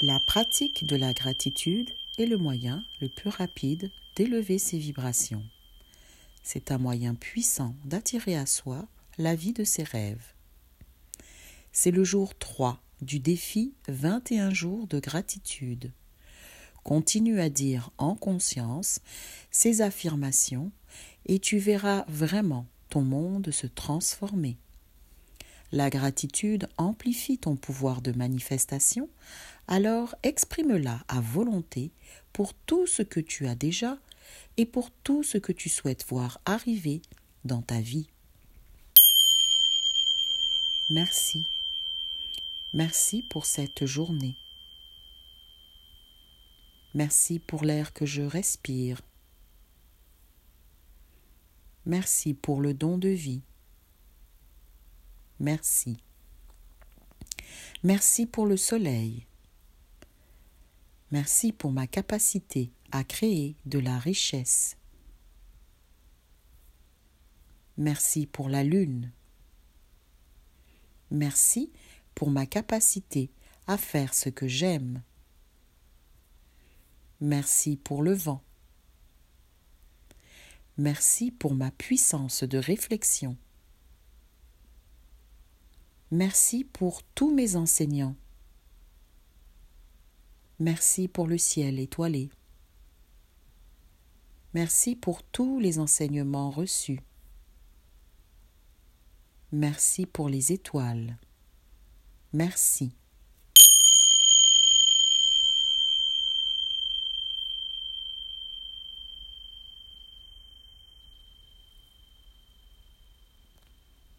La pratique de la gratitude est le moyen le plus rapide d'élever ses vibrations. C'est un moyen puissant d'attirer à soi la vie de ses rêves. C'est le jour 3 du défi 21 jours de gratitude. Continue à dire en conscience ces affirmations et tu verras vraiment ton monde se transformer. La gratitude amplifie ton pouvoir de manifestation, alors exprime-la à volonté pour tout ce que tu as déjà et pour tout ce que tu souhaites voir arriver dans ta vie. Merci. Merci pour cette journée. Merci pour l'air que je respire. Merci pour le don de vie. Merci. Merci pour le soleil. Merci pour ma capacité à créer de la richesse. Merci pour la lune. Merci pour ma capacité à faire ce que j'aime. Merci pour le vent. Merci pour ma puissance de réflexion. Merci pour tous mes enseignants. Merci pour le ciel étoilé. Merci pour tous les enseignements reçus. Merci pour les étoiles. Merci.